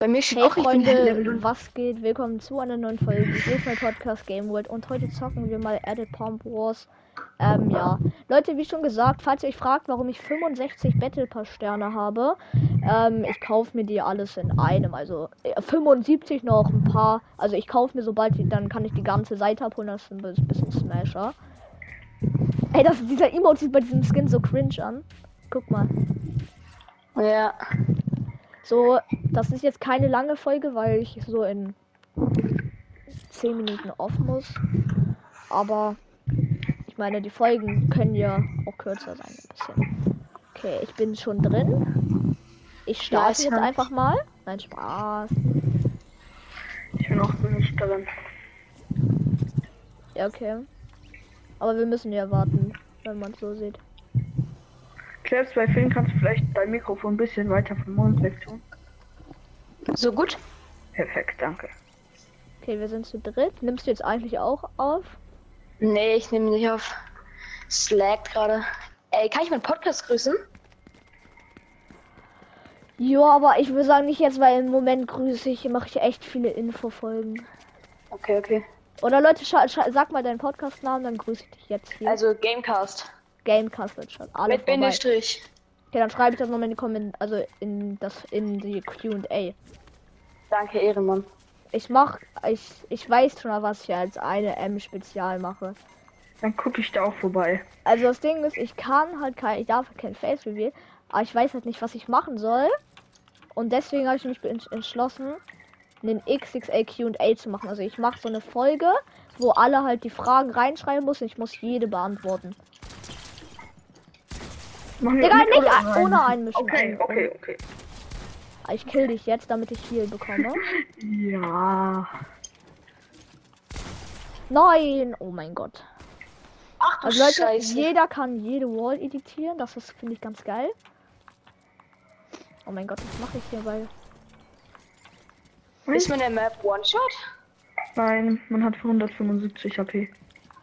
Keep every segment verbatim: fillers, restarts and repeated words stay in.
Bei mir steht Hey auch, ich bin Level Freunde, was geht? Willkommen zu einer neuen Folge des Podcast Game World und heute zocken wir mal Edit Pump Wars. Ähm, ja. Leute, wie schon gesagt, falls ihr euch fragt, warum ich fünfundsechzig Battle Pass Sterne habe, ähm, ich kaufe mir die alles in einem, also äh, fünfundsiebzig noch ein paar, also ich kaufe mir sobald, die, dann kann ich die ganze Seite abholen, das ist ein bisschen Smasher. Ey, das, dieser Emote sieht bei diesem Skin so cringe an. Guck mal. Ja. So, das ist jetzt keine lange Folge, weil ich so in zehn Minuten off muss. Aber ich meine, die Folgen können ja auch kürzer sein, ein bisschen. Okay, ich bin schon drin. Ich starte Ja, jetzt einfach mal. Nein, Spaß. Ich bin auch nicht drin. Ja, okay. Aber wir müssen ja warten, wenn man es so sieht. Selbst bei Film kannst du vielleicht dein Mikrofon ein bisschen weiter vom Mund weg tun. So gut? Perfekt, danke. Okay, wir sind zu dritt. Nimmst du jetzt eigentlich auch auf? Nee, ich nehme nicht auf. Slack gerade. Ey, kann ich meinen Podcast grüßen? Ja, aber ich würde sagen nicht jetzt, weil im Moment grüße ich, mache ich echt viele Infofolgen. Okay, okay. Oder Leute, sag mal deinen Podcast-Namen, dann grüße ich dich jetzt hier. Also Gamecast. Gamecast wird schon. Alle Mit Bindestrich. Okay, dann schreibe ich das nochmal in die Kommentare, also in das in die Q und A. Danke, Ehrenmann. Ich mach, ich ich weiß schon mal, was ich als eine M-Spezial mache. Dann gucke ich da auch vorbei. Also das Ding ist, ich kann halt kein, ich darf kein Face Reveal, aber ich weiß halt nicht, was ich machen soll. Und deswegen habe ich mich entschlossen, einen X X L Q und A zu machen. Also ich mache so eine Folge, wo alle halt die Fragen reinschreiben müssen. Ich muss jede beantworten. Digga, nicht ein, ohne einmischen. Okay, okay, okay. Ich kill dich jetzt, damit ich Heal bekomme. Ja. Nein! Oh mein Gott. Ach du Also Leute, Scheiße. jeder kann jede Wall editieren. Das ist, finde ich, ganz geil. Oh mein Gott, was mache ich hier, weil... Ist man der Map One-Shot? Nein, man hat hundertfünfundsiebzig H P.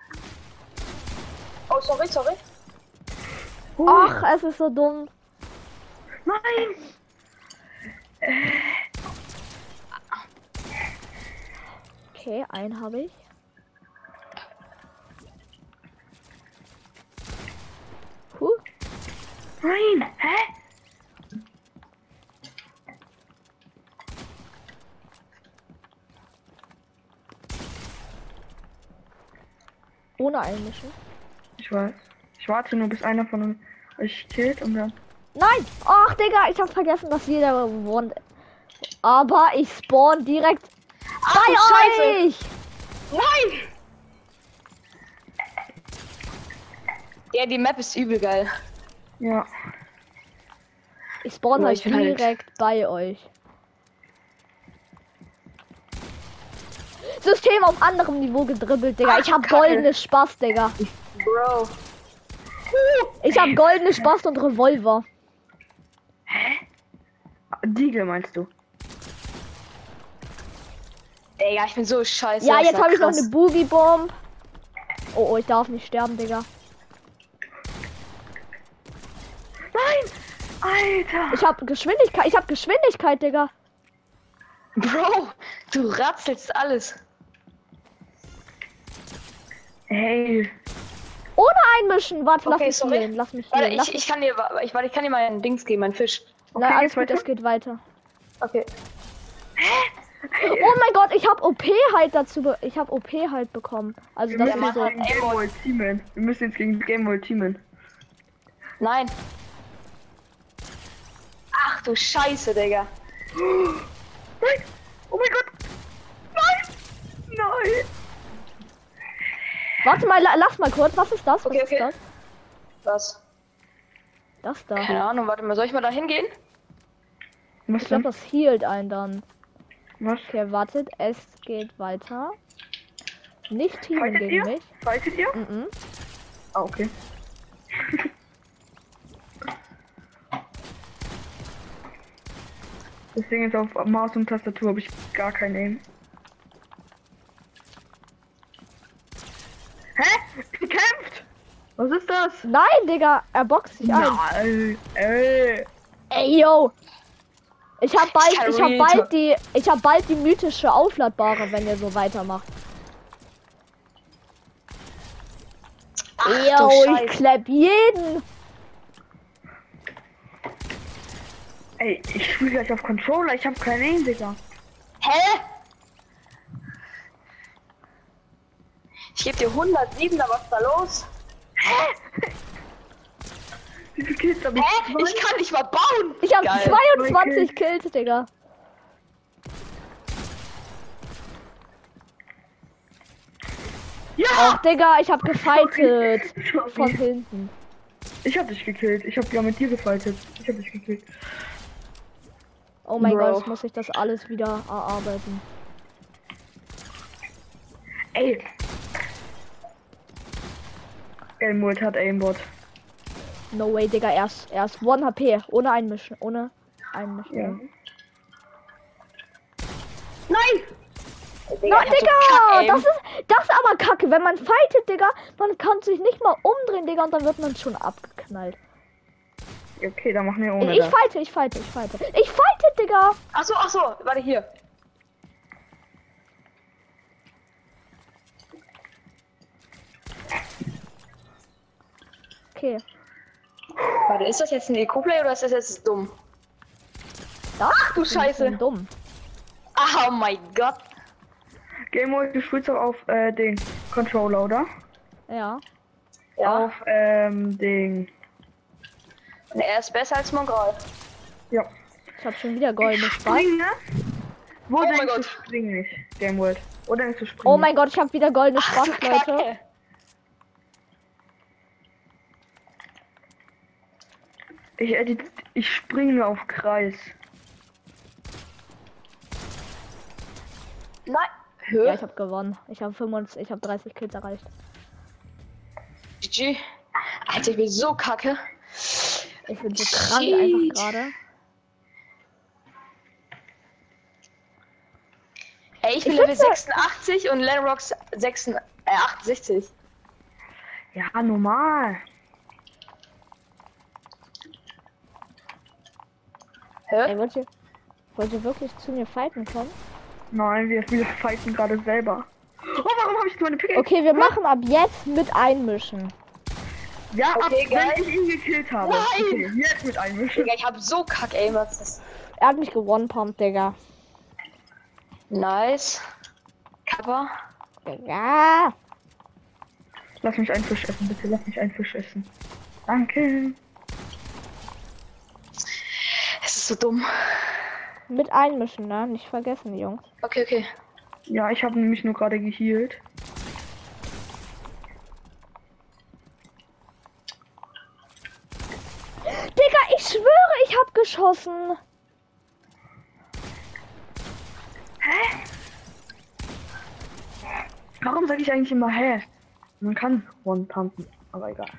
Oh, sorry, sorry. Ach, es ist so dumm. Nein! Okay, einen habe ich. Huh. Nein! Hä? Ohne einmischen. Ich weiß. Ich warte nur, bis einer von euch killt und dann... Nein! Ach, Digga, ich habe vergessen, dass jeder wohnt. Aber ich spawn direkt Ach, bei Scheiße. euch! Nein! Ja, die Map ist übel geil. Ja. Ich spawn Oh, halt ich bin halt- direkt bei euch. System auf anderem Niveau gedribbelt, Digga. Ach, Ich hab Kacke. goldene Spaß, Digga. Bro. Ich hab goldene Spaß und Revolver. Diegel meinst du? Digga, ich bin so scheiße. Ja, das jetzt war habe ich noch krass. eine Boogie Bomb. Oh, oh, ich darf nicht sterben, Digga. Nein! Alter! Ich hab Geschwindigkeit, ich hab Geschwindigkeit, Digga. Bro, du ratzelst alles. Hey! Ohne einmischen. Warte, lass Okay, mich sorry. healen. Lass mich Warte, healen. Lass ich, ich kann dir, ich, warte, ich kann dir mal ein Dings geben, ein Fisch. Okay, Na, alles geht's gut, weiter? es geht weiter. Okay. Oh mein Gott, ich hab O P halt dazu, be ich hab O P halt bekommen. Also Wir das müssen ist jetzt so. gegen Gameboy teamen. Wir müssen jetzt gegen Gameboy teamen. Nein. Ach du Scheiße, Digga. Nein! Oh mein Gott! Nein! Nein! Warte mal, la lass mal kurz. Was ist das? Was Okay, ist okay. das? Was? Das da. Keine Ahnung, warte mal, soll ich mal da hingehen? Was Ich glaube, denn? das healt einen dann. Was? Okay, wartet. Es geht weiter. Nicht teamen Fightet gegen ihr? mich. Fightet ihr? Mhm. Ah, okay. Deswegen ist auf Maus und Tastatur habe ich gar kein Aim. Hä? Gekämpft! Was ist das? Nein, Digga, er boxt sich ein. Nein, ey. Ey, yo. Ich hab bald, kann ich hab real bald talk. die, ich hab bald die mythische aufladbare, wenn ihr so weitermacht. Ach, du Yo, ich Scheiße. klepp jeden. Ey, ich spiele gleich auf Controller, ich habe keinen Aim, Digga. Hä? Ich geb dir hundertsieben, was ist da los? Wie viele Kills hab ich? Hä? Ich kann nicht mal bauen! Ich hab Geil. zweiundzwanzig Kills, Digga. Ja! Ach, Digga, ich hab gefightet. Sorry. Von hinten. Ich hab dich gekillt. Ich hab ja mit dir gefightet. Ich hab dich gekillt. Oh mein Bro. Gott, jetzt muss ich das alles wieder erarbeiten. Ey. Elmwood hat Aimbot. No way, Digga, erst, erst one H P. Ohne einmischen, ohne einmischen. Ja. Nein! Na, ich hab so Digga, Kack-Aim. das ist, das ist aber kacke. Wenn man fightet, Digga, man kann sich nicht mal umdrehen, Digga, und dann wird man schon abgeknallt. Okay, dann machen wir ohne Ich das. fighte, ich fighte, ich fighte. Ich fighte, Digga. Ach so, ach so, warte hier. Okay. Warte, ist das jetzt ein Eco-Play oder ist das jetzt dumm? Das Ach du ist ein bisschen Scheiße. dumm. Ah, oh mein Gott. Gameboy, du spielst doch auf äh, den Controller, oder? Ja. Ja, Auf ähm, den. und er ist besser als Mongol. Ja. Ich hab schon wieder goldene Spaß. Springe? Wo Oh mein denkst du Gott. spring nicht, Gameworld? Wo denkst du springen? Oh mein Gott, ich hab wieder goldene Ach Spaß, du Leute. Kacke. Ich edit, ich springe auf Kreis. Nein. Ja, Hä? ich hab gewonnen. Ich hab fünfundzwanzig, ich hab dreißig Kills erreicht. G G. Alter, ich bin so kacke. Ich bin so krank Shit. einfach gerade. Ey, ich bin Ich Level find's ja- sechsundachtzig und Lenrox sechsundachtzig, äh, achtundsechzig. Ja, normal. Hä? Ey, wollt ihr, wollt ihr wirklich zu mir fighten kommen? Nein, wir, wir fighten gerade selber. Oh, warum habe ich meine Pickaxe? Okay, wir machen ab jetzt mit einmischen. Ja, ab, Okay, geil. wenn ich ihn gekillt habe. Nein! Okay, jetzt mit einmischen. Digga, ich hab so kack Aim, was ist Er hat mich gewonnen, Pump, Digga. nice. Kappa. Digga. Lass mich einen Fisch essen, bitte. Lass mich einen Fisch essen. Danke. Es ist so dumm. Mit einmischen, ne? Nicht vergessen, Jungs. Okay, okay. Ja, ich habe nämlich nur gerade gehealt. Digga, ich schwöre, ich hab geschossen. Warum sage ich eigentlich immer hä? Man kann one-pumpen, aber egal.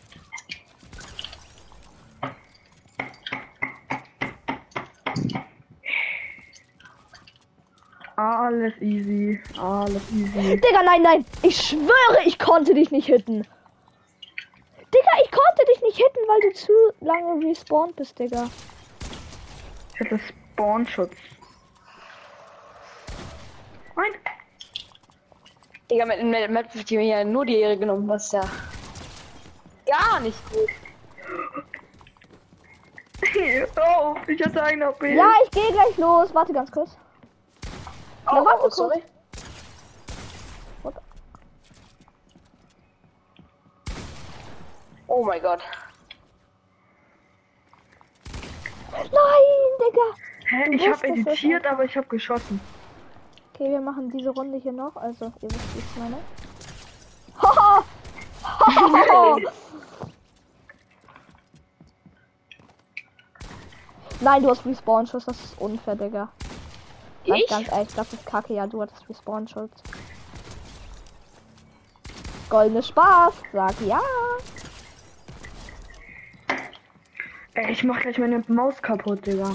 Alles easy, alles easy. Digga, nein, nein. Ich schwöre, ich konnte dich nicht hitten. Digga, ich konnte dich nicht hitten, weil du zu lange respawned bist, Digga. Ich hatte Spawnschutz. Nein. Digga, mit mit mit wird mir ja nur die Ehre genommen, was ja gar nicht gut. Oh, ich hatte einen A P. Ja, ich gehe gleich los. Warte ganz kurz. Oh, Na, warte oh, kurz. sorry. Oh mein Gott. Nein, Digga. Hä? Du Ich habe wusstest es editiert, aber ich habe geschossen. Okay, wir machen diese Runde hier noch. Also, ihr wisst, wie ich es meine. Haha! Haha! Nein, du hast Respawn-Schuss. Das ist unfair, Digga. Sag Ich? ganz ehrlich, das ist kacke. Ja, du hattest Respawn-Schutz. Goldene Spaß. Sag ja. Ey, ich mach gleich meine Maus kaputt, Digga.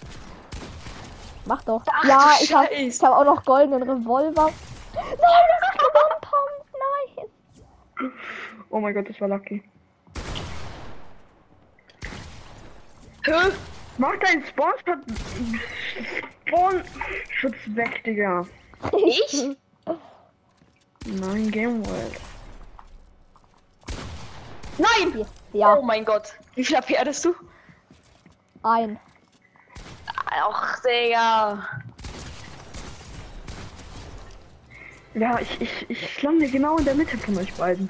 Mach doch. Ach, ja, du ich hab, Scheiß. ich hab auch noch goldenen Revolver. Nein, das ist gewonnen, Pump. Nein. Oh mein Gott, das war lucky. Hä? Mach deinen Spawn-Schutz Spawn-Schutz weg, Digga. Ich? Nein, Game World. Nein! Ja, Oh mein Gott. Wie viel H P hattest du? ein. Ach, Digga. Ja, ich, ich, ich lande genau in der Mitte von euch beiden.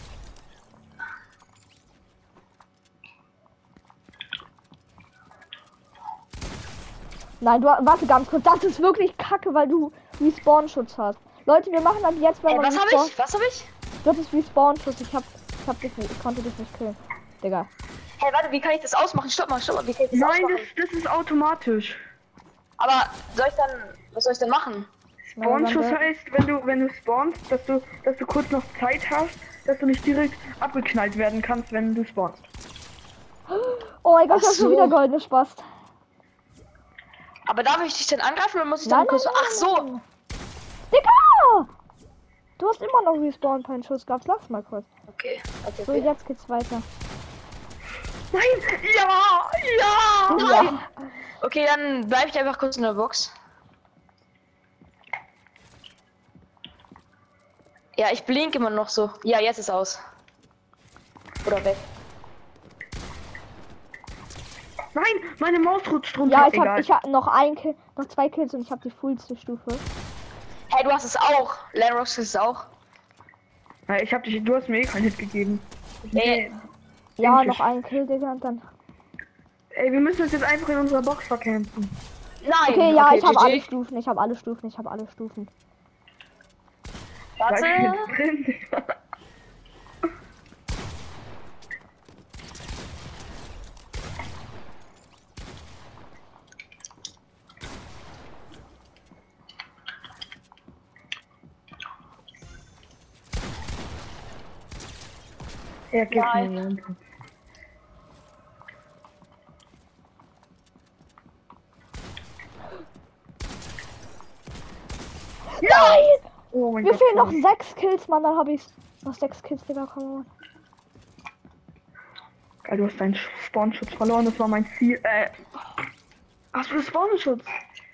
Nein, du warte ganz kurz. Das ist wirklich kacke, weil du Respawn-Schutz hast. Leute, wir machen ab jetzt, wenn Ey, man was hab Respawn- ich? Was hab ich? Du hattest Respawn-Schutz. Ich hab, ich hab dich nicht, ich konnte dich nicht killen. Digga. Hey, warte, wie kann ich das ausmachen? Stopp mal, stopp mal. Wie kann ich das Nein, ausmachen? das, das ist automatisch. Aber soll ich dann, was soll ich denn machen? Spawn-Schuss heißt, wenn du, wenn du spawnst, dass du, dass du kurz noch Zeit hast, dass du nicht direkt abgeknallt werden kannst, wenn du spawnst. Oh mein Gott, Ach das ist schon so. wieder goldene Spaß. Aber darf ich dich denn angreifen oder muss ich Nein, dann kurz... nein, Ach so! nein. Digga! Du hast immer noch Respawn-Schuss gehabt. Lass mal kurz. Okay, okay, So, okay. jetzt geht's weiter. Nein! Ja! Ja! Nein! Okay, dann bleib ich einfach kurz in der Box. Ja, ich blink immer noch so. Ja, jetzt ist aus. Oder weg. Nein! Meine Maus rutscht runter. Ja, ich Egal. hab, ich hab noch ein Kill, noch zwei Kills und ich hab die fullste Stufe. Hey, du hast es auch. Landrox ist es auch. Ja, ich hab dich, du hast mir eh keinen Hit gegeben. Nee. Ja, Endlich. noch ein Kill, Digga, und dann. Ey, wir müssen uns jetzt einfach in unserer Box verkämpfen. Nein! Okay, ja, okay, ich habe G G. alle Stufen, ich habe alle Stufen, ich habe alle Stufen. Bleib Warte. jetzt drin, Digga. Er gibt mir Nein. eine Lampe. Nein! Oh mein Mir Gott. fehlen noch sorry. sechs Kills, Mann, dann habe ich noch sechs Kills, Digga, komm on. Geil, du hast deinen Spawnschutz verloren, das war mein Ziel. Äh. Hast du Spawnschutz?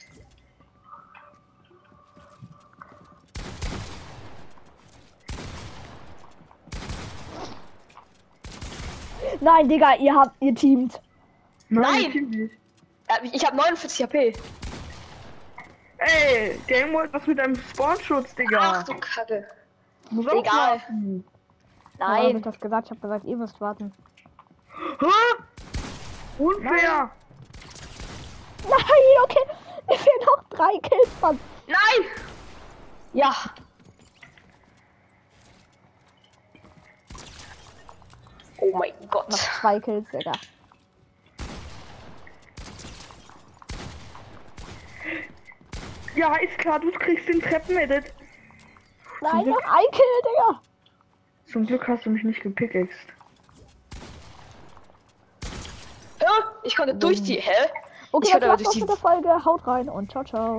Nein, Digga, ihr habt, ihr teamt. Nein! natürlich. Ja, ich habe neunundvierzig H P. Ey, Game World, was mit deinem Spawnschutz, Digga? Ach du Kacke. Muss egal. aufpassen. Warum hab ich Nein. das gesagt? Ich hab gesagt, ihr müsst warten. Hä? Unfair. Nein, okay. Mir fehlen noch drei Kills, Mann. Nein! Ja. Oh mein Gott. Noch zwei Kills, Digga. Ja, ist klar, du kriegst den Treppen-Edit. Nein, noch ein Kill, Digga. Zum Glück hast du mich nicht gepickaxt. Hä? Ich konnte durch die. Hä? Okay, Ich das konnte aber war's durch auch die. mit der Folge. Haut rein und ciao, ciao.